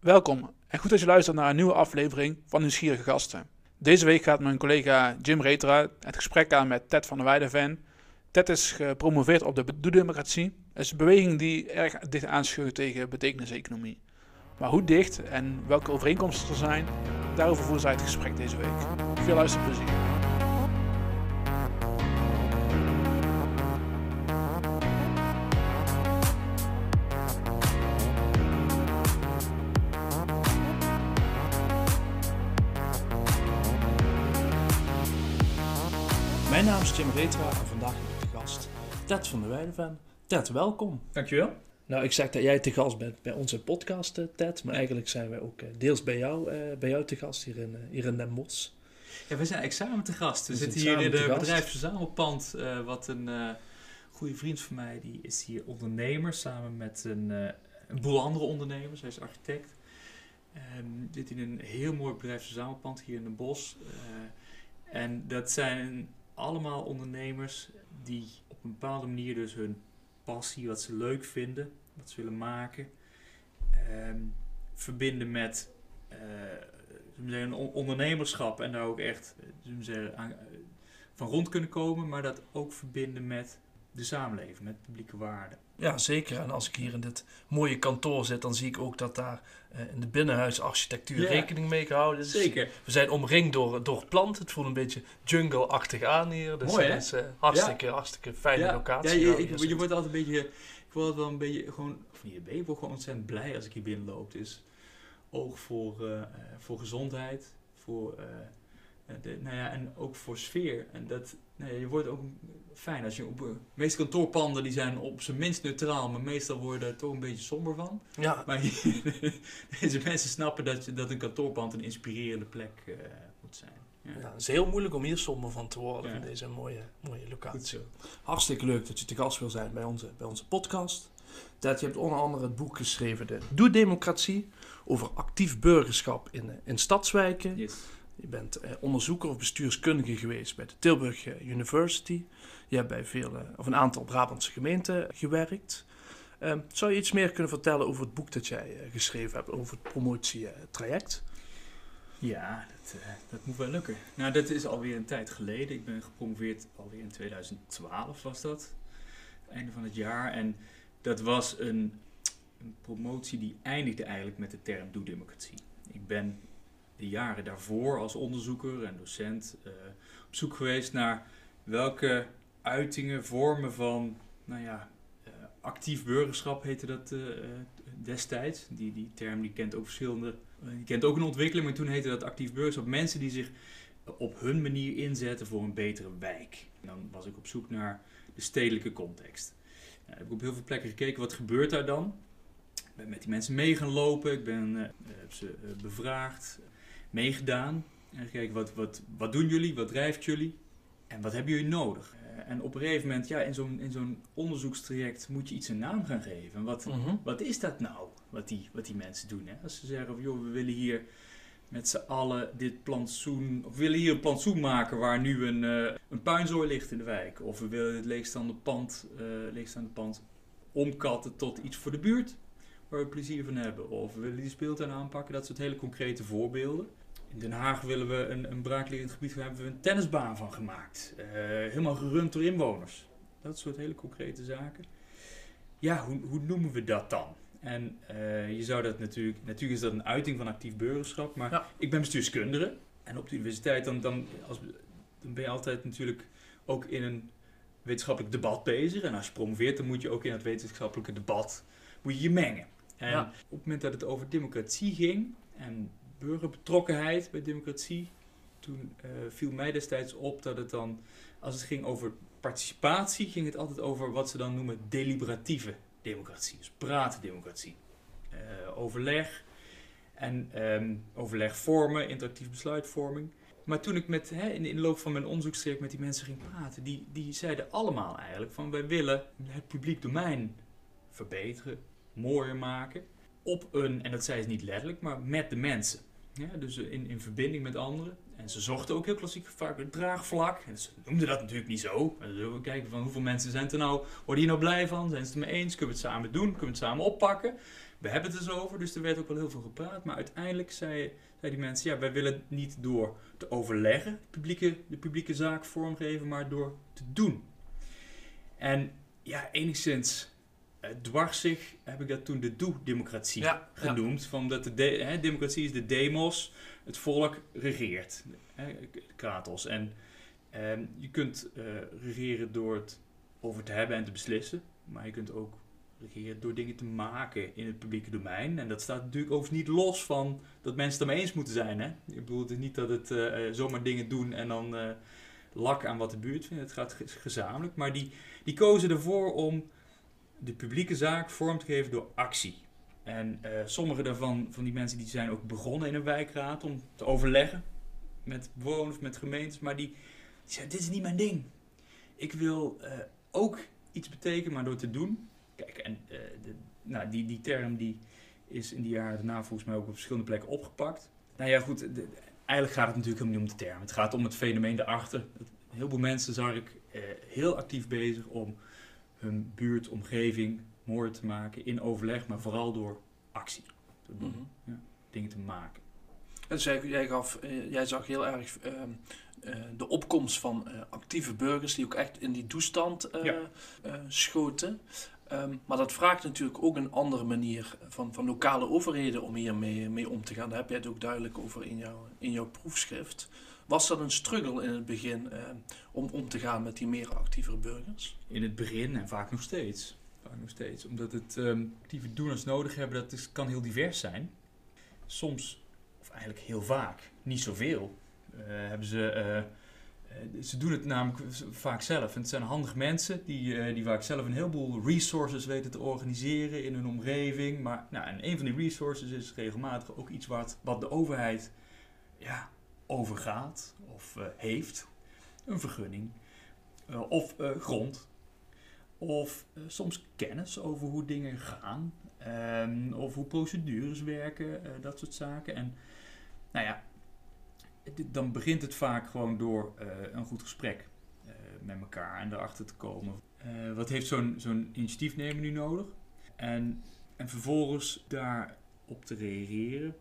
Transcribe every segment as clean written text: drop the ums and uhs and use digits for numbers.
Welkom en goed dat je luistert naar een nieuwe aflevering van Nieuwsgierige Gasten. Deze week gaat mijn collega Jim Retera het gesprek aan met Ted van der Weideven. Ted is gepromoveerd op de doe-democratie. Het is een beweging die erg dicht aanschuift tegen betekeniseconomie. Maar hoe dicht en welke overeenkomsten er zijn, daarover voert zij het gesprek deze week. Veel luisterplezier. Mijn naam is Jim Retera en vandaag heb ik te gast Ted van der Weideven. Ted, welkom. Dankjewel. Nou, ik zeg dat jij te gast bent bij onze podcast, Ted. Maar eigenlijk zijn wij ook deels bij jou te gast hier in Den Bosch. Ja, we zijn examen te gast. We zitten hier in het bedrijfsverzamelpand. Wat een goede vriend van mij, die is hier ondernemer. Samen met een boel andere ondernemers. Hij is architect. Zit in een heel mooi bedrijfsverzamelpand hier in Den Bosch. En dat zijn allemaal ondernemers die op een bepaalde manier dus hun passie, wat ze leuk vinden, wat ze willen maken, verbinden met ondernemerschap en daar ook echt van rond kunnen komen, maar dat ook verbinden met de samenleving, met publieke waarden. Ja, zeker. En als ik hier in dit mooie kantoor zit, dan zie ik ook dat daar in de binnenhuisarchitectuur rekening mee gehouden is. Zeker. We zijn omringd door planten. Het voelt een beetje jungle-achtig aan hier. Dus mooi, hè? Het is hartstikke fijne locatie. Ja, je wordt altijd een beetje, ik word wel een beetje gewoon, of niet, ik word gewoon ontzettend blij als ik hier binnenloop. Het is oog voor gezondheid, en ook voor sfeer. En dat, je wordt ook fijn als je op de meeste kantoorpanden die zijn op zijn minst neutraal, maar meestal worden er toch een beetje somber van. Ja. Maar deze mensen snappen dat een kantoorpand een inspirerende plek moet zijn. Ja, het is heel moeilijk om hier somber van te worden, van deze mooie locatie. Hartstikke leuk dat je te gast wil zijn bij onze podcast. Ted, je hebt onder andere het boek geschreven, de Doe-democratie, over actief burgerschap in stadswijken. Yes. Je bent onderzoeker of bestuurskundige geweest bij de Tilburg University. Je hebt bij een aantal Brabantse gemeenten gewerkt. Zou je iets meer kunnen vertellen over het boek dat jij geschreven hebt, over het promotietraject? Ja, dat moet wel lukken. Nou, dat is alweer een tijd geleden. Ik ben gepromoveerd alweer in 2012 was dat. Het einde van het jaar. En dat was een promotie die eindigde eigenlijk met de term doe-democratie. Ik ben de jaren daarvoor als onderzoeker en docent op zoek geweest naar welke uitingen, vormen van, actief burgerschap heette dat destijds. Die term die kent ook die kent ook een ontwikkeling, maar toen heette dat actief burgerschap. Mensen die zich op hun manier inzetten voor een betere wijk. En dan was ik op zoek naar de stedelijke context. Nou, heb ik op heel veel plekken gekeken, wat gebeurt daar dan? Ik ben met die mensen mee gaan lopen, ik heb ze bevraagd, meegedaan en gekeken wat doen jullie, wat drijft jullie en wat hebben jullie nodig. En op een gegeven moment, in zo'n onderzoekstraject moet je iets een naam gaan geven. Wat is dat nou, wat die mensen doen? Hè? Als ze zeggen, joh, we willen hier met z'n allen dit plantsoen, of we willen hier een plantsoen maken waar nu een puinzooi ligt in de wijk. Of we willen het leegstaande pand omkatten tot iets voor de buurt waar we plezier van hebben. Of we willen die speeltuin aanpakken, dat soort hele concrete voorbeelden. In Den Haag willen we een braakliggend gebied, daar hebben we een tennisbaan van gemaakt. Helemaal gerund door inwoners. Dat soort hele concrete zaken. Ja, hoe noemen we dat dan? En je zou dat natuurlijk is dat een uiting van actief burgerschap, maar ik ben bestuurskundige. En op de universiteit dan ben je altijd natuurlijk ook in een wetenschappelijk debat bezig. En als je promoveert, dan moet je ook in het wetenschappelijke debat moet je je mengen. En op het moment dat het over democratie ging en burgerbetrokkenheid bij democratie, toen viel mij destijds op dat het dan, als het ging over participatie, ging het altijd over wat ze dan noemen deliberatieve democratie. Dus pratendemocratie. Overleg en overlegvormen, interactief besluitvorming. Maar toen ik in de loop van mijn onderzoekstraject met die mensen ging praten, die zeiden allemaal eigenlijk van wij willen het publiek domein verbeteren, mooier maken. En dat zei ze niet letterlijk, maar met de mensen. Ja, dus in verbinding met anderen. En ze zochten ook heel klassiek vaak een draagvlak. En ze noemden dat natuurlijk niet zo. En dan zullen we kijken van hoeveel mensen zijn er nou, worden hier nou blij van? Zijn ze het ermee eens? Kunnen we het samen doen? Kunnen we het samen oppakken? We hebben het er zo over, dus er werd ook wel heel veel gepraat. Maar uiteindelijk zei die mensen, ja, wij willen het niet door te overleggen, de publieke zaak vormgeven, maar door te doen. En ja, enigszins dwarsig heb ik dat toen de doe-democratie genoemd. Van dat democratie is de demos, het volk regeert. Kratos. En je kunt regeren door het over te hebben en te beslissen. Maar je kunt ook regeren door dingen te maken in het publieke domein. En dat staat natuurlijk overigens niet los van dat mensen het ermee eens moeten zijn. Hè? Ik bedoel, het is niet dat het zomaar dingen doen en dan lak aan wat de buurt vindt. Het gaat gezamenlijk. Maar die kozen ervoor om de publieke zaak vorm te geven door actie. En sommige daarvan, van die mensen, die zijn ook begonnen in een wijkraad om te overleggen met bewoners, met gemeentes. Maar die zeiden, dit is niet mijn ding. Ik wil ook iets betekenen, maar door te doen. Kijk, en die term die is in die jaren daarna volgens mij ook op verschillende plekken opgepakt. Nou ja, goed, eigenlijk gaat het natuurlijk helemaal niet om de term. Het gaat om het fenomeen daarachter. Heel veel mensen zag ik heel actief bezig om hun buurt, omgeving mooier te maken in overleg, maar vooral door actie te doen. Dingen te maken. En jij zag heel erg de opkomst van actieve burgers die ook echt in die toestand schoten. Maar dat vraagt natuurlijk ook een andere manier van lokale overheden om hiermee om te gaan. Daar heb jij het ook duidelijk over in jouw proefschrift. Was dat een struggle in het begin om te gaan met die meer actievere burgers? In het begin en vaak nog steeds. Omdat het actieve doeners nodig hebben, kan heel divers zijn. Soms, of eigenlijk heel vaak, niet zoveel. Ze doen het namelijk vaak zelf. En het zijn handige mensen die vaak zelf een heleboel resources weten te organiseren in hun omgeving. Maar en een van die resources is regelmatig ook iets wat de overheid overgaat of heeft. Een vergunning of grond. Of soms kennis over hoe dingen gaan. Of hoe procedures werken, dat soort zaken. En dan begint het vaak gewoon door een goed gesprek met elkaar en erachter te komen. Wat heeft zo'n initiatiefnemer nu nodig? En vervolgens daarop te reageren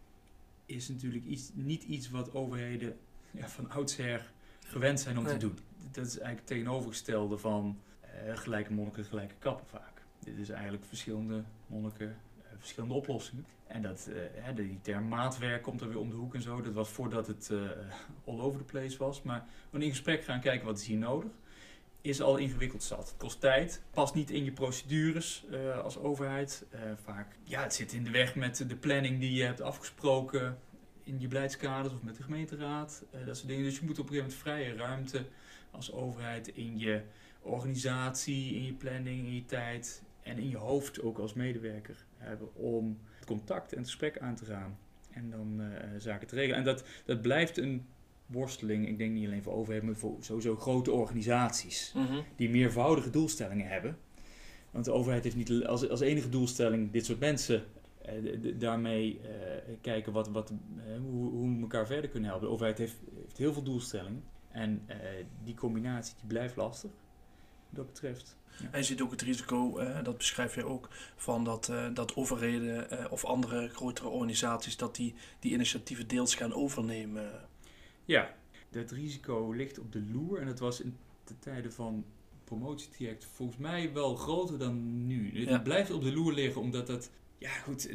is natuurlijk niet iets wat overheden van oudsher gewend zijn om te doen. Dat is eigenlijk het tegenovergestelde van gelijke monniken, gelijke kappen vaak. Dit is eigenlijk verschillende monniken, verschillende oplossingen. En die term maatwerk komt er weer om de hoek en zo. Dat was voordat het all over the place was. Maar wanneer in gesprek gaan kijken wat is hier nodig, is al ingewikkeld zat. Het kost tijd, past niet in je procedures als overheid. Vaak, het zit in de weg met de planning die je hebt afgesproken in je beleidskaders of met de gemeenteraad. Dat soort dingen. Dus je moet op een gegeven moment vrije ruimte als overheid in je organisatie, in je planning, in je tijd en in je hoofd ook als medewerker hebben om het contact en het gesprek aan te gaan en dan zaken te regelen. En dat blijft een worsteling, ik denk niet alleen voor overheden, maar voor sowieso grote organisaties die meervoudige doelstellingen hebben. Want de overheid heeft niet als enige doelstelling dit soort mensen daarmee kijken hoe we elkaar verder kunnen helpen. De overheid heeft heel veel doelstellingen en die combinatie die blijft lastig wat dat betreft. Ja. En je ziet ook het risico, dat beschrijf je ook, van dat overheden of andere grotere organisaties dat die initiatieven deels gaan overnemen. Ja, dat risico ligt op de loer en dat was in de tijden van promotietraject volgens mij wel groter dan nu. Het blijft op de loer liggen omdat dat... Ja goed,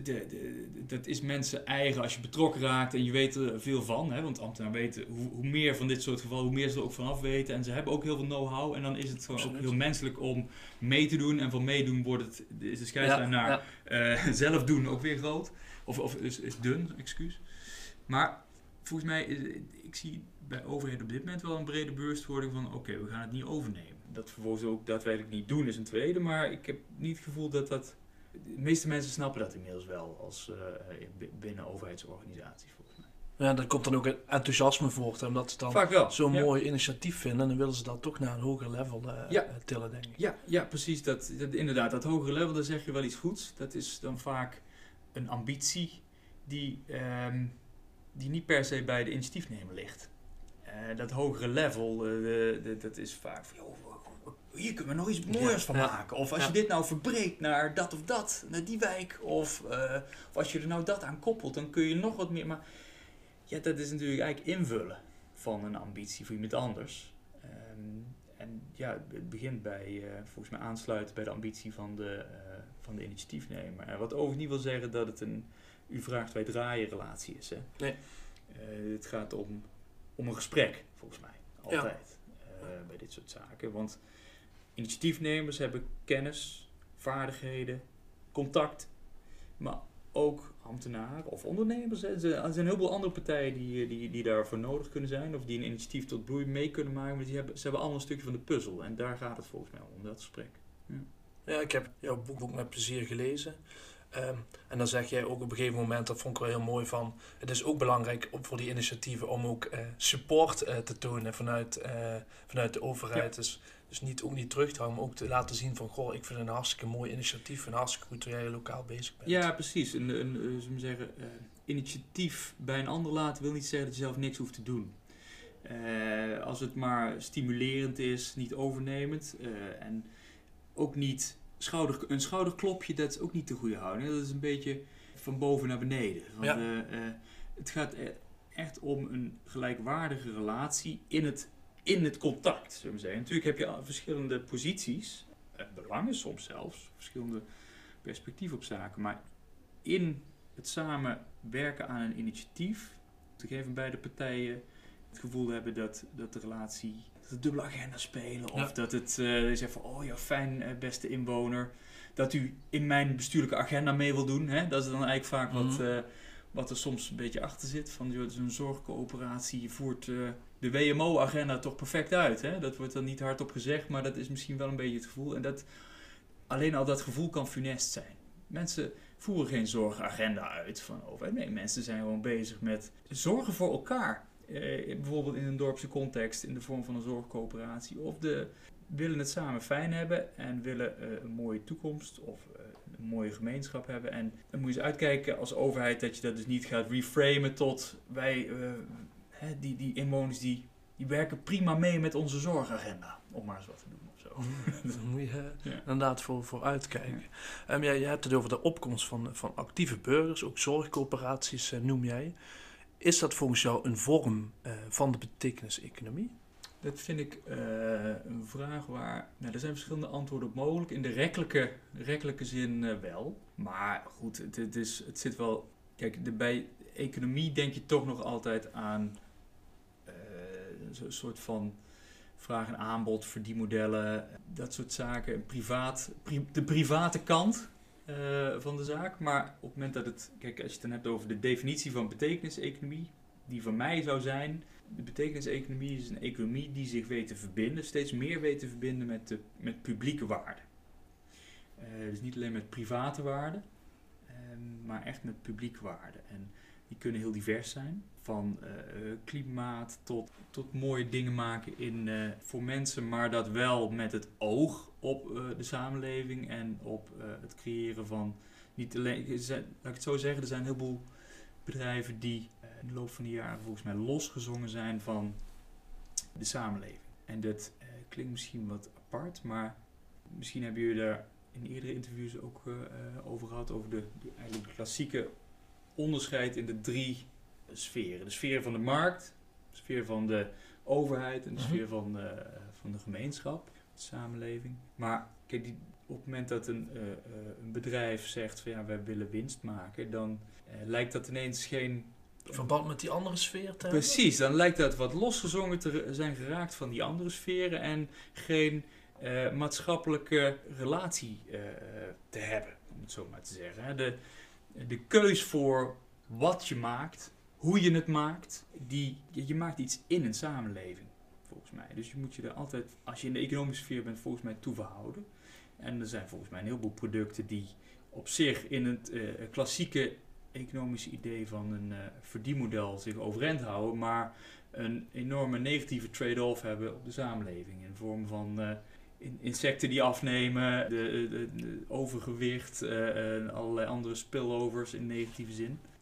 dat is mensen eigen als je betrokken raakt en je weet er veel van. Hè? Want ambtenaren weten hoe meer van dit soort gevallen, hoe meer ze er ook vanaf weten. En ze hebben ook heel veel know-how. En dan is het gewoon ook heel menselijk om mee te doen. En van meedoen is de scheidslijn naar zelf doen ook weer groot. Of is dun, excuus. Maar volgens mij, ik zie bij overheden op dit moment wel een brede bewustwording van oké, we gaan het niet overnemen. Dat vervolgens ook daadwerkelijk niet doen is een tweede. Maar ik heb niet het gevoel dat... De meeste mensen snappen dat inmiddels wel als binnen overheidsorganisaties volgens mij. Ja, daar komt dan ook enthousiasme voort, omdat ze dan zo'n mooi initiatief vinden en dan willen ze dat toch naar een hoger level tillen, denk ik. Ja, precies. Inderdaad, dat hogere level, daar zeg je wel iets goeds. Dat is dan vaak een ambitie die die niet per se bij de initiatiefnemer ligt. Dat hogere level, dat is vaak van, hier kunnen we nog iets moois van maken. Of als je dit nou verbreekt naar dat of dat, naar die wijk. Of als je er nou dat aan koppelt, dan kun je nog wat meer. Maar ja, dat is natuurlijk eigenlijk invullen van een ambitie voor iemand anders. En ja, het begint bij, volgens mij aansluiten bij de ambitie van de initiatiefnemer. Wat overigens niet wil zeggen dat het een u vraagt wij draaien relatie is. Hè? Nee. Het gaat om een gesprek, volgens mij. Altijd. Bij dit soort zaken. Want initiatiefnemers hebben kennis, vaardigheden, contact. Maar ook ambtenaren of ondernemers. Hè. Er zijn heel veel andere partijen die daarvoor nodig kunnen zijn. Of die een initiatief tot bloei mee kunnen maken. Maar ze hebben allemaal een stukje van de puzzel. En daar gaat het volgens mij om, dat gesprek. Ja, ik heb jouw boek ook met plezier gelezen. En dan zeg jij ook op een gegeven moment, dat vond ik wel heel mooi van, het is ook belangrijk voor die initiatieven om ook support te tonen vanuit de overheid. Ja. Dus ook niet terug te houden, maar ook te laten zien van, goh, ik vind het een hartstikke mooi initiatief en hartstikke goed dat jij lokaal bezig bent. Ja, precies. Initiatief bij een ander laten wil niet zeggen dat je zelf niks hoeft te doen. Als het maar stimulerend is, niet overnemend en ook niet een schouderklopje, dat is ook niet de goede houding. Dat is een beetje van boven naar beneden. Want, het gaat echt om een gelijkwaardige relatie in het contact, zullen we zeggen. Natuurlijk heb je verschillende posities, belangen soms zelfs, verschillende perspectieven op zaken, maar in het samen werken aan een initiatief, te geven beide partijen het gevoel hebben dat de relatie, dat er dubbele agenda spelen. Of dat het je zegt van, oh ja, fijn beste inwoner, dat u in mijn bestuurlijke agenda mee wil doen. Hè? Dat is dan eigenlijk vaak wat er soms een beetje achter zit. Van zo'n zorgcoöperatie, je voert de WMO-agenda toch perfect uit. Hè? Dat wordt dan niet hardop gezegd, maar dat is misschien wel een beetje het gevoel. En alleen al dat gevoel kan funest zijn. Mensen voeren geen zorgagenda uit van overheid. Nee, mensen zijn gewoon bezig met zorgen voor elkaar. Bijvoorbeeld in een dorpse context in de vorm van een zorgcoöperatie. Of willen het samen fijn hebben en willen een mooie toekomst of een mooie gemeenschap hebben. En dan moet je eens uitkijken als overheid dat je dat dus niet gaat reframen tot wij, die inwoners die werken prima mee met onze zorgagenda. Om maar eens wat te doen of zo. Daar moet je inderdaad voor uitkijken. Je hebt het over de opkomst van actieve burgers, ook zorgcoöperaties noem jij. Is dat volgens jou een vorm van de betekenis-economie? Dat vind ik een vraag waar... Nou, er zijn verschillende antwoorden op mogelijk. In de rekkelijke zin wel. Maar goed, het zit wel... Kijk, bij economie denk je toch nog altijd aan een soort van vraag en aanbod, verdienmodellen, dat soort zaken. De private kant van de zaak. Maar op het moment dat het... Kijk, als je het dan hebt over de definitie van betekenis-economie, die van mij zou zijn... De betekenis-economie is een economie die zich weet te verbinden, steeds meer weet te verbinden met publieke waarden. Dus niet alleen met private waarden, maar echt met publieke waarden. En die kunnen heel divers zijn, van klimaat tot mooie dingen maken voor mensen, maar dat wel met het oog op de samenleving en op het creëren van, niet alleen, laat ik het zo zeggen, er zijn een heleboel bedrijven die in de loop van de jaren volgens mij losgezongen zijn van de samenleving. En dat klinkt misschien wat apart, maar misschien hebben jullie daar in eerdere interviews ook over gehad, over de eigenlijk klassieke onderscheid in de 3 sferen. De sfeer van de markt, de sfeer van de overheid en de sfeer van de gemeenschap, de samenleving. Maar kijk, op het moment dat een bedrijf zegt van ja, wij willen winst maken, dan lijkt dat ineens geen... verband met die andere sfeer te Precies, dan lijkt dat wat losgezongen te zijn geraakt van die andere sferen en geen maatschappelijke relatie te hebben, om het zo maar te zeggen. De keus voor wat je maakt, hoe je het maakt, je maakt iets in een samenleving, volgens mij. Dus je moet je er altijd, als je in de economische sfeer bent, volgens mij toe verhouden. En er zijn volgens mij een heleboel producten die op zich in het klassieke economische idee van een verdienmodel zich overeind houden, maar een enorme negatieve trade-off hebben op de samenleving. In de vorm van insecten die afnemen, de overgewicht en allerlei andere spillovers in negatieve zin.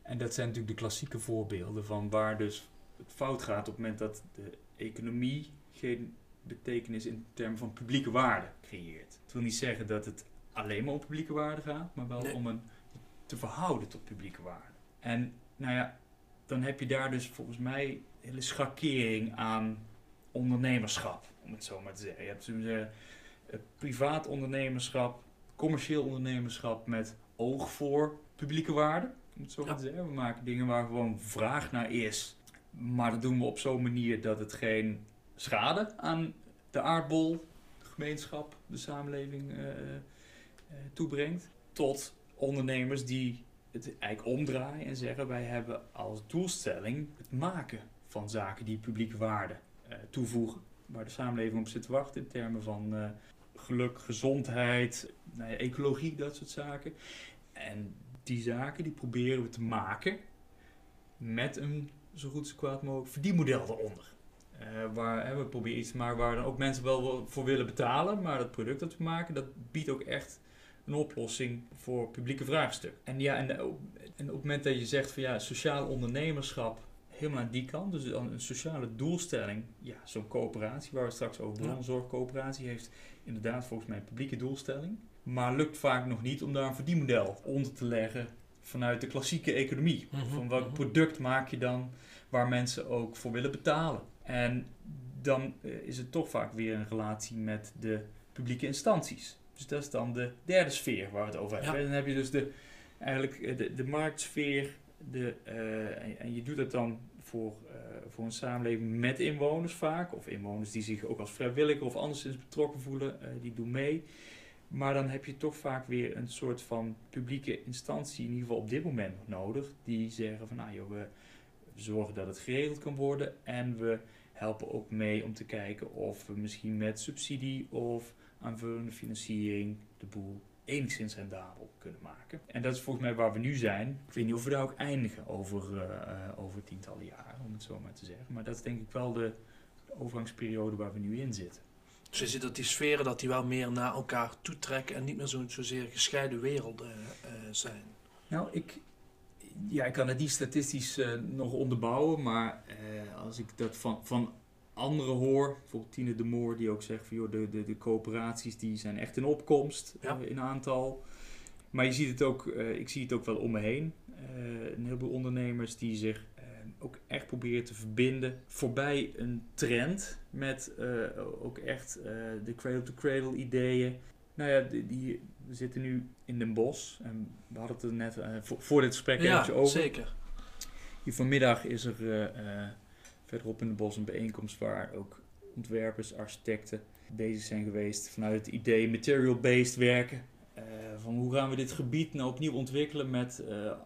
En dat zijn natuurlijk de klassieke voorbeelden van waar dus het fout gaat op het moment dat de economie geen betekenis in termen van publieke waarde creëert. Het wil niet zeggen dat het alleen maar om publieke waarde gaat, maar wel om een te verhouden tot publieke waarde. En nou ja, dan heb je daar dus volgens mij een hele schakering aan ondernemerschap, om het zo maar te zeggen. Je hebt privaat ondernemerschap, commercieel ondernemerschap met oog voor publieke waarde, om het zo maar te zeggen. We maken dingen waar gewoon vraag naar is, maar dat doen we op zo'n manier dat het geen schade aan de aardbol, de gemeenschap, de samenleving toebrengt. Tot ondernemers die het eigenlijk omdraaien en zeggen wij hebben als doelstelling het maken van zaken die publieke waarde toevoegen. Waar de samenleving op zit te wachten in termen van geluk, gezondheid, ecologie, dat soort zaken. En die zaken die proberen we te maken met een zo goed als kwaad mogelijk verdienmodel eronder. Waar we proberen iets te maken waar dan ook mensen wel voor willen betalen, maar dat product dat we maken, dat biedt ook echt een oplossing voor publieke vraagstukken. En op het moment dat je zegt van ja, sociaal ondernemerschap helemaal aan die kant, dus dan een sociale doelstelling, ja, zo'n coöperatie waar we straks over bronnenzorgcoöperatie heeft inderdaad volgens mij een publieke doelstelling, maar lukt vaak nog niet om daar een verdienmodel onder te leggen vanuit de klassieke economie. Van welk product maak je dan waar mensen ook voor willen betalen? En dan is het toch vaak weer een relatie met de publieke instanties. Dus dat is dan de derde sfeer waar we het over hebben. Dan heb je dus de marktsfeer. En je doet het dan voor een samenleving met inwoners vaak. Of inwoners die zich ook als vrijwilliger of anderszins betrokken voelen. Die doen mee. Maar dan heb je toch vaak weer een soort van publieke instantie, in ieder geval op dit moment nog nodig. Die zeggen van we zorgen dat het geregeld kan worden. En we helpen ook mee om te kijken of we misschien met subsidie of aanvullende financiering de boel enigszins rendabel kunnen maken. En dat is volgens mij waar we nu zijn. Ik weet niet of we daar ook eindigen over tientallen jaren, om het zo maar te zeggen. Maar dat is denk ik wel de overgangsperiode waar we nu in zitten. Dus je ziet dat die sferen dat die wel meer naar elkaar toetrekken en niet meer zozeer gescheiden werelden zijn. Nou, ik kan het niet statistisch nog onderbouwen, maar als ik dat van anderen hoor, bijvoorbeeld Tine de Moor die ook zegt van de coöperaties die zijn echt in opkomst in aantal. Maar je ziet het ook, ik zie het ook wel om me heen. Een heleboel ondernemers die zich ook echt proberen te verbinden voorbij een trend met ook echt de cradle-to-cradle ideeën. Nou ja, we zitten nu in Den Bosch en we hadden het er net voor dit gesprek eventjes over. Ja, zeker. Hier vanmiddag is er verderop in Den Bosch een bijeenkomst waar ook ontwerpers, architecten bezig zijn geweest vanuit het idee material-based werken. Van hoe gaan we dit gebied nou opnieuw ontwikkelen met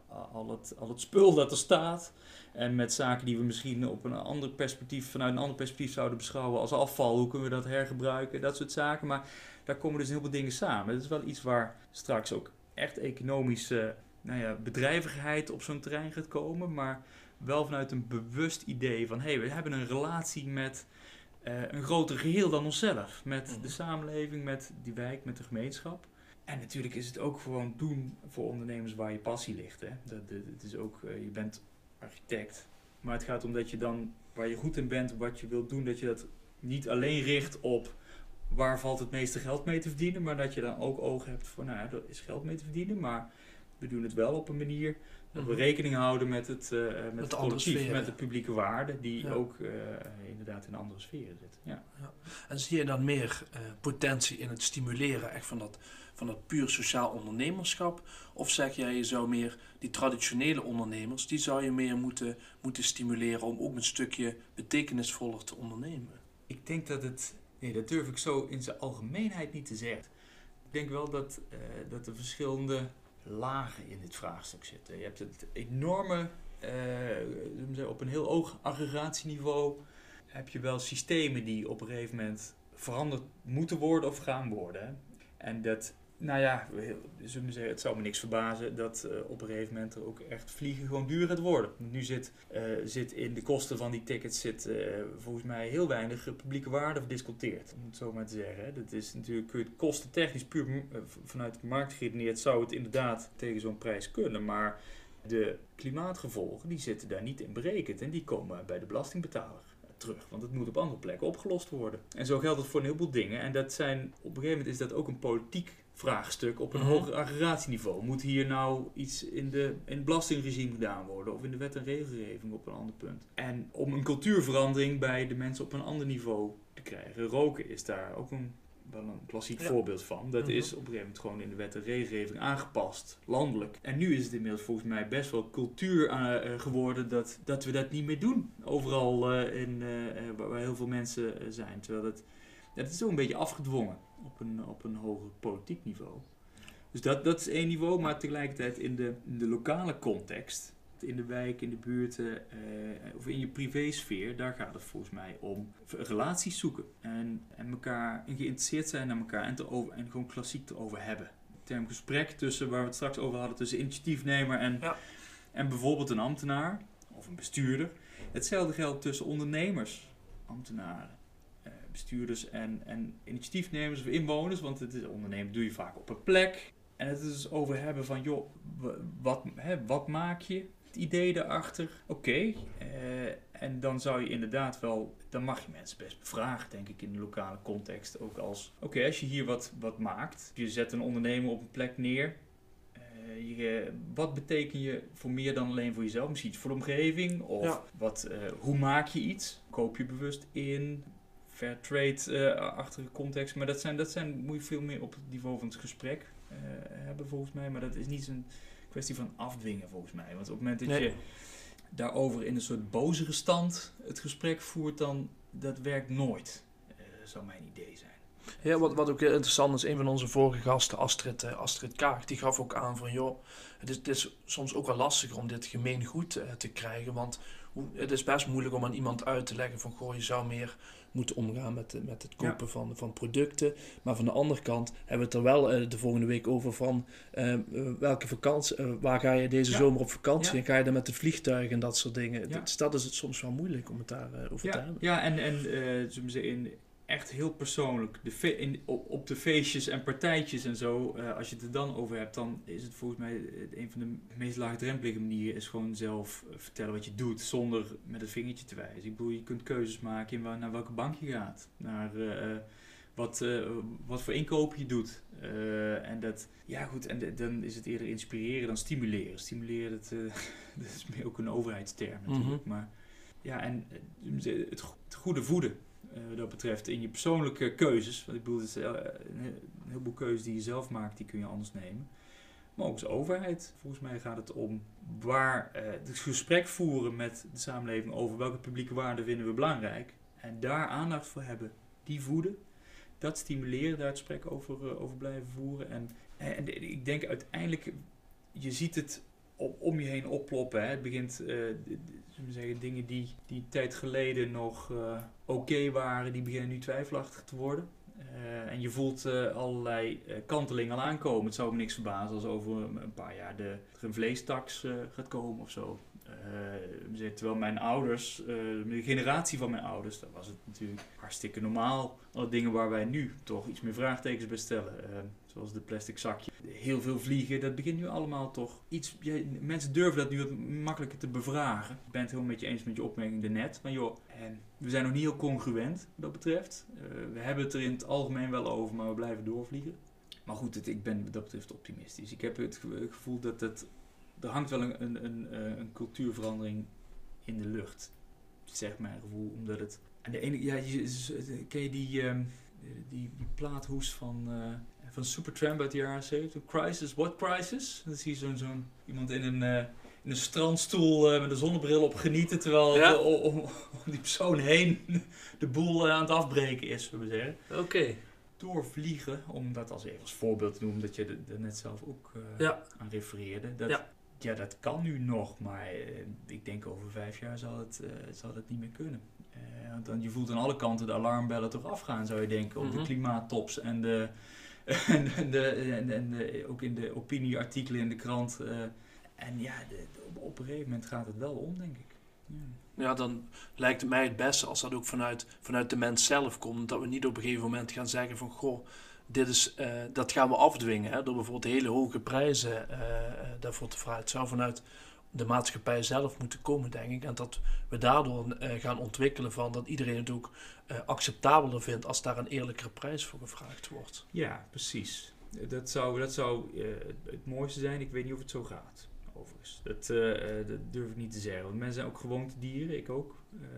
al het spul dat er staat. En met zaken die we misschien vanuit een ander perspectief zouden beschouwen als afval. Hoe kunnen we dat hergebruiken? Dat soort zaken. Maar daar komen dus heel veel dingen samen. Het is wel iets waar straks ook echt economische bedrijvigheid op zo'n terrein gaat komen. Maar wel vanuit een bewust idee van we hebben een relatie met een groter geheel dan onszelf. Met de samenleving, met die wijk, met de gemeenschap. En natuurlijk is het ook gewoon doen voor ondernemers waar je passie ligt. Hè? Het is ook, je bent architect. Maar het gaat om dat je dan, waar je goed in bent, wat je wilt doen, dat je dat niet alleen richt op waar valt het meeste geld mee te verdienen. Maar dat je dan ook oog hebt voor, er is geld mee te verdienen. Maar we doen het wel op een manier dat we rekening houden met het collectief, met de publieke waarde. Die ook inderdaad in andere sferen zit. Ja. Ja. En zie je dan meer potentie in het stimuleren echt van dat puur sociaal ondernemerschap? Of zeg jij, je zou meer die traditionele ondernemers, die zou je meer moeten stimuleren om ook een stukje betekenisvoller te ondernemen? Ik denk dat dat durf ik zo in zijn algemeenheid niet te zeggen. Ik denk wel dat er verschillende lagen in dit vraagstuk zitten. Je hebt het enorme, op een heel hoog aggregatieniveau, heb je wel systemen die op een gegeven moment veranderd moeten worden of gaan worden. Hè? En dat, zullen we zeggen, het zou me niks verbazen dat op een gegeven moment er ook echt vliegen gewoon duur gaat worden. Nu zit in de kosten van die tickets volgens mij heel weinig publieke waarde verdisconteerd, om het zo maar te zeggen. Hè. Dat is natuurlijk kostentechnisch puur vanuit de markt geredeneerd zou het inderdaad tegen zo'n prijs kunnen, maar De klimaatgevolgen die zitten daar niet in berekend en die komen bij de belastingbetaler terug. Want het moet op andere plekken opgelost worden. En zo geldt het voor een heleboel dingen. En dat zijn, op een gegeven moment is dat ook een politiek vraagstuk op een hoger aggregatieniveau. Moet hier nou iets in het belastingregime gedaan worden of in de wet en regelgeving op een ander punt? En om een cultuurverandering bij de mensen op een ander niveau te krijgen. Roken is daar ook wel een klassiek voorbeeld van. Dat is op een gegeven moment gewoon in de wet en regelgeving aangepast, landelijk. En nu is het inmiddels volgens mij best wel cultuur geworden dat we dat niet meer doen. Overal waar heel veel mensen zijn. Terwijl dat is ook een beetje afgedwongen op een hoger politiek niveau. Dus dat is één niveau, maar tegelijkertijd in de lokale context, in de wijk, in de buurten of in je privésfeer, daar gaat het volgens mij om relaties zoeken en elkaar geïnteresseerd zijn naar elkaar en gewoon klassiek erover hebben. De term gesprek tussen, waar we het straks over hadden, tussen initiatiefnemer en bijvoorbeeld een ambtenaar of een bestuurder. Hetzelfde geldt tussen ondernemers, ambtenaren, bestuurders en initiatiefnemers of inwoners, want het is ondernemen doe je vaak op een plek. En het is dus over hebben van, joh, wat maak je? Het idee daarachter, oké. En dan zou je inderdaad wel, dan mag je mensen best bevragen, denk ik, in de lokale context. Ook als, als je hier wat maakt, je zet een ondernemer op een plek neer. Wat betekent je voor meer dan alleen voor jezelf? Misschien iets voor de omgeving? Of hoe maak je iets? Koop je bewust in? Fair trade-achtige context. Maar dat zijn, moet je veel meer op het niveau van het gesprek hebben volgens mij. Maar dat is niet een kwestie van afdwingen volgens mij. Want op het moment dat je daarover in een soort bozere stand het gesprek voert, dan dat werkt nooit. Zou mijn idee zijn. Ja, wat ook heel interessant is, een van onze vorige gasten, Astrid Kaag, die gaf ook aan van, joh, het is soms ook wel lastiger om dit gemeengoed te krijgen, want het is best moeilijk om aan iemand uit te leggen van, goh, je zou meer moeten omgaan met het kopen van producten. Maar van de andere kant hebben we het er wel de volgende week over van welke vakantie, waar ga je deze zomer op vakantie en ga je dan met het vliegtuig en dat soort dingen. Dus dat is het soms wel moeilijk om het daar over te hebben. Ja, en zullen we zeggen, echt heel persoonlijk, op de feestjes en partijtjes en zo, als je het er dan over hebt, dan is het volgens mij een van de meest laagdrempelige manieren is gewoon zelf vertellen wat je doet, zonder met het vingertje te wijzen. Ik bedoel, je kunt keuzes maken naar welke bank je gaat, naar wat voor inkoop je doet. En dan is het eerder inspireren dan stimuleren. Stimuleren, dat is meer ook een overheidsterm natuurlijk. Maar ja, en het goede voeden. Wat dat betreft in je persoonlijke keuzes. Want ik bedoel, het is een heleboel keuzes die je zelf maakt, die kun je anders nemen. Maar ook als overheid. Volgens mij gaat het om het gesprek voeren met de samenleving over welke publieke waarden vinden we belangrijk. En daar aandacht voor hebben. Die voeden. Dat stimuleren, daar het gesprek over blijven voeren. En ik denk uiteindelijk, je ziet het om je heen opploppen. Hè. Het begint, zullen we zeggen, dingen die een tijd geleden nog oké waren, die beginnen nu twijfelachtig te worden. En je voelt allerlei kantelingen al aankomen. Het zou me niks verbazen als over een paar jaar er een vleestaks gaat komen of zo. Terwijl mijn ouders, de generatie van mijn ouders, dat was het natuurlijk hartstikke normaal. Alle dingen waar wij nu toch iets meer vraagtekens bij stellen. Zoals de plastic zakje. Heel veel vliegen, dat begint nu allemaal toch iets. Mensen durven dat nu wat makkelijker te bevragen. Ik ben het helemaal met je eens met je opmerking daarnet. Maar joh, we zijn nog niet heel congruent wat dat betreft. We hebben het er in het algemeen wel over, maar we blijven doorvliegen. Maar goed, ik ben wat dat betreft optimistisch. Ik heb het gevoel dat er hangt wel een cultuurverandering in de lucht. Zegt mijn gevoel, omdat het. En de ene, ken je die plaathoes van Supertramp uit de jaren 70? Crisis, what crisis? Dan zie je zo'n iemand in een strandstoel met een zonnebril op genieten, terwijl om die persoon heen de boel aan het afbreken is, zullen we zeggen. Oké. Doorvliegen, om dat als voorbeeld te noemen, omdat je er net zelf ook aan refereerde. Dat kan nu nog, maar ik denk over 5 jaar zal het niet meer kunnen. Want je voelt aan alle kanten de alarmbellen toch afgaan, zou je denken, op de klimaattops en ook in de opinieartikelen in de krant. Op een gegeven moment gaat het wel om, denk ik. Ja, dan lijkt het mij het beste als dat ook vanuit de mens zelf komt. Dat we niet op een gegeven moment gaan zeggen van, goh, dat gaan we afdwingen. Hè, door bijvoorbeeld hele hoge prijzen daarvoor te vragen. Het zou vanuit de maatschappij zelf moeten komen, denk ik. En dat we daardoor gaan ontwikkelen van dat iedereen het ook acceptabeler vindt als daar een eerlijkere prijs voor gevraagd wordt. Ja, precies. Dat zou het mooiste zijn. Ik weet niet of het zo gaat, overigens. Dat durf ik niet te zeggen. Want mensen zijn ook gewoontedieren, ik ook.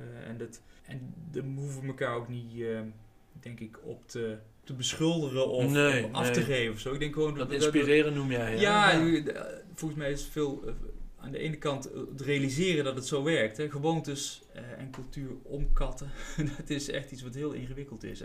En we hoeven elkaar ook niet, denk ik, op te beschuldigen of af te geven of zo. Ik denk gewoon dat inspireren noem jij. Ja, volgens mij is veel aan de ene kant het realiseren dat het zo werkt. Hè. Gewoontes en cultuur omkatten. Dat is echt iets wat heel ingewikkeld is.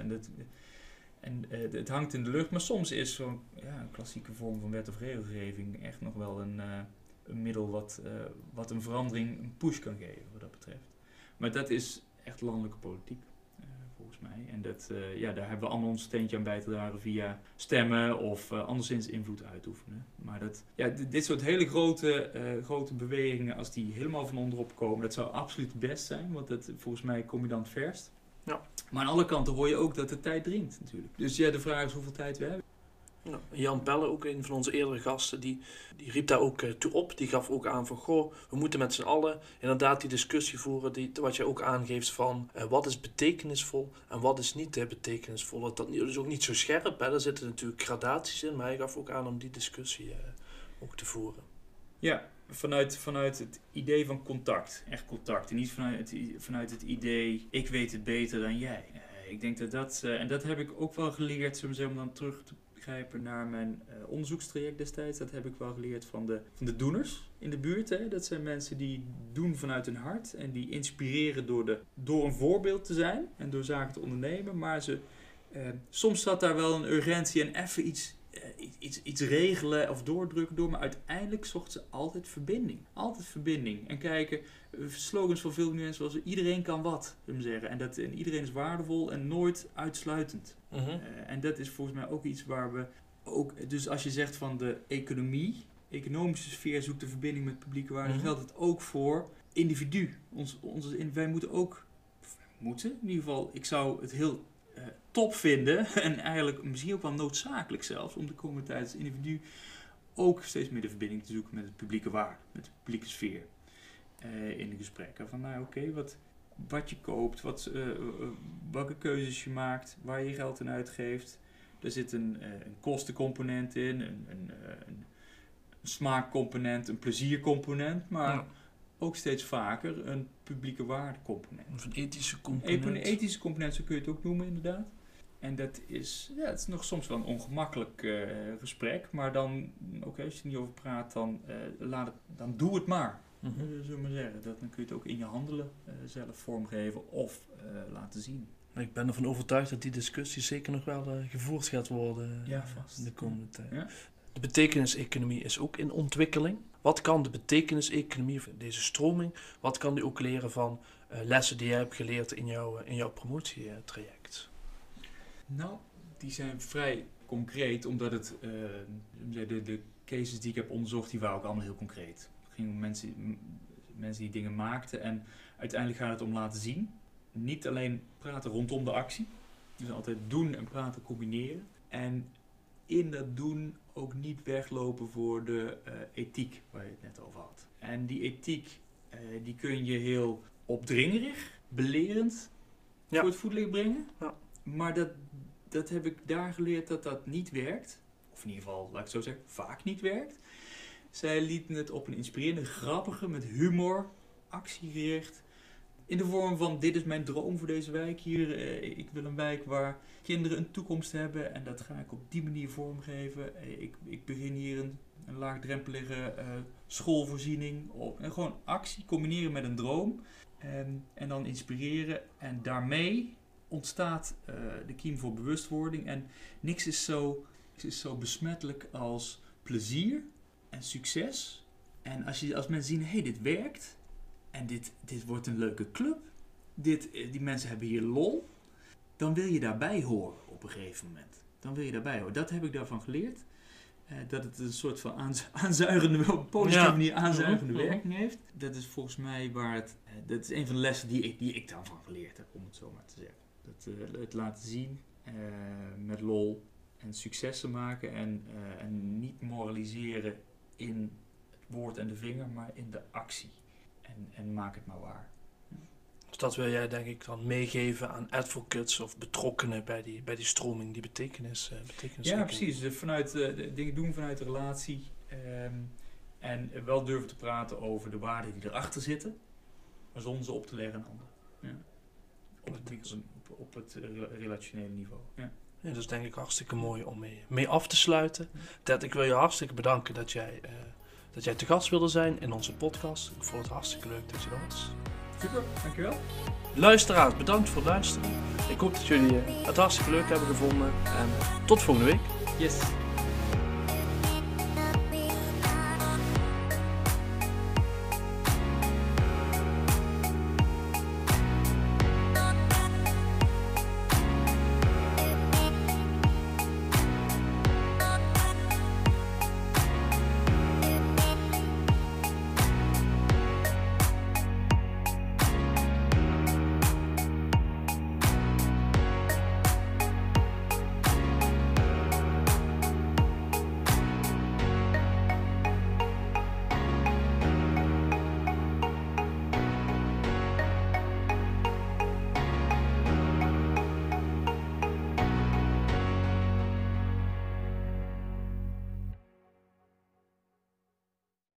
Het hangt in de lucht. Maar soms is zo'n een klassieke vorm van wet of regelgeving echt nog wel een middel wat een verandering een push kan geven wat dat betreft. Maar dat is echt landelijke politiek. Volgens mij. En daar hebben we allemaal ons steentje aan bij te dragen via stemmen of anderszins invloed uitoefenen. Maar dit soort hele grote bewegingen, als die helemaal van onderop komen, dat zou absoluut het best zijn, want volgens mij kom je dan het verst. Ja. Maar aan alle kanten hoor je ook dat de tijd dringt natuurlijk. Dus de vraag is hoeveel tijd we hebben. Ja, Jan Pelle, ook een van onze eerdere gasten, die riep daar ook toe op. Die gaf ook aan van, we moeten met z'n allen inderdaad die discussie voeren, wat jij ook aangeeft van wat is betekenisvol en wat is niet betekenisvol. Dat is ook niet zo scherp, hè. Daar zitten natuurlijk gradaties in, maar hij gaf ook aan om die discussie ook te voeren. Ja, vanuit het idee van contact, echt contact. En niet vanuit het idee, ik weet het beter dan jij. Ik denk en dat heb ik ook wel geleerd, om dan terug te grijpen naar mijn onderzoekstraject destijds. Dat heb ik wel geleerd van de doeners in de buurt. Hè. Dat zijn mensen die doen vanuit hun hart en die inspireren door een voorbeeld te zijn en door zaken te ondernemen. Maar soms zat daar wel een urgentie en even iets regelen of doordrukken door. Maar uiteindelijk zochten ze altijd verbinding. Altijd verbinding. En kijken, slogans van veel mensen zoals iedereen kan wat, zullen we zeggen. En iedereen is waardevol en nooit uitsluitend. Mm-hmm. En dat is volgens mij ook iets waar we ook, dus als je zegt van de economische sfeer zoekt de verbinding met publieke waarden, mm-hmm. geldt het ook voor individu. Wij moeten, in ieder geval, ik zou het heel top vinden en eigenlijk misschien ook wel noodzakelijk zelfs om de komende tijd als individu ook steeds meer de verbinding te zoeken met het publieke waarde, met de publieke sfeer in de gesprekken. Van wat je koopt, welke keuzes je maakt, waar je geld in uitgeeft. Er zit een kostencomponent in, een smaakcomponent, een pleziercomponent, maar ook steeds vaker een publieke waardecomponent. Of een ethische component. Een ethische component, zo kun je het ook noemen inderdaad. En dat is, het is nog soms wel een ongemakkelijk gesprek, maar dan, als je er niet over praat, dan doe het maar. Mm-hmm. Zullen we maar zeggen. Dan kun je het ook in je handelen zelf vormgeven of laten zien. Ik ben ervan overtuigd dat die discussie zeker nog wel gevoerd gaat worden vast. In de komende tijd. Ja. De betekeniseconomie is ook in ontwikkeling. Wat kan de betekeniseconomie, deze stroming, wat kan die ook leren van lessen die jij hebt geleerd in jouw promotietraject? Nou, die zijn vrij concreet, omdat het de cases die ik heb onderzocht, die waren ook allemaal heel concreet. Het ging om mensen die dingen maakten en uiteindelijk gaat het om laten zien. Niet alleen praten rondom de actie, dus altijd doen en praten combineren. En in dat doen ook niet weglopen voor de ethiek waar je het net over had. En die ethiek, die kun je heel opdringerig, belerend voor het voetlicht brengen. Ja. Maar dat heb ik daar geleerd dat niet werkt. Of in ieder geval, laat ik zo zeggen, vaak niet werkt. Zij lieten het op een inspirerende, grappige, met humor, actiegericht. In de vorm van, dit is mijn droom voor deze wijk hier. Ik wil een wijk waar kinderen een toekomst hebben. En dat ga ik op die manier vormgeven. Ik begin hier een laagdrempelige schoolvoorziening. En gewoon actie combineren met een droom. En dan inspireren. En daarmee ontstaat de kiem voor bewustwording. En niks is zo besmettelijk als plezier en succes. En als mensen zien, hey, dit werkt. En dit wordt een leuke club. Die mensen hebben hier lol. Dan wil je daarbij horen op een gegeven moment. Dan wil je daarbij horen. Dat heb ik daarvan geleerd. Dat het een soort van aanzuigende, op een positieve manier aanzuigende werking heeft. Dat is volgens mij dat is een van de lessen die ik daarvan geleerd heb, om het zo maar te zeggen. Het laten zien met lol en successen maken en niet moraliseren in het woord en de vinger, maar in de actie. En maak het maar waar. Dus dat wil jij denk ik dan meegeven aan advocates of betrokkenen bij die stroming, die betekenis. Ja, precies. Dus de dingen doen vanuit de relatie. En wel durven te praten over de waarden die erachter zitten, maar zonder ze op te leggen aan anderen. Ja. Op het relationele niveau. Ja. Ja, dat is denk ik hartstikke mooi om mee af te sluiten. Ted, ik wil je hartstikke bedanken dat jij te gast wilde zijn in onze podcast. Ik vond het hartstikke leuk dat je er was. Super, dankjewel. Luisteraars, bedankt voor het luisteren. Ik hoop dat jullie het hartstikke leuk hebben gevonden. En tot volgende week. Yes.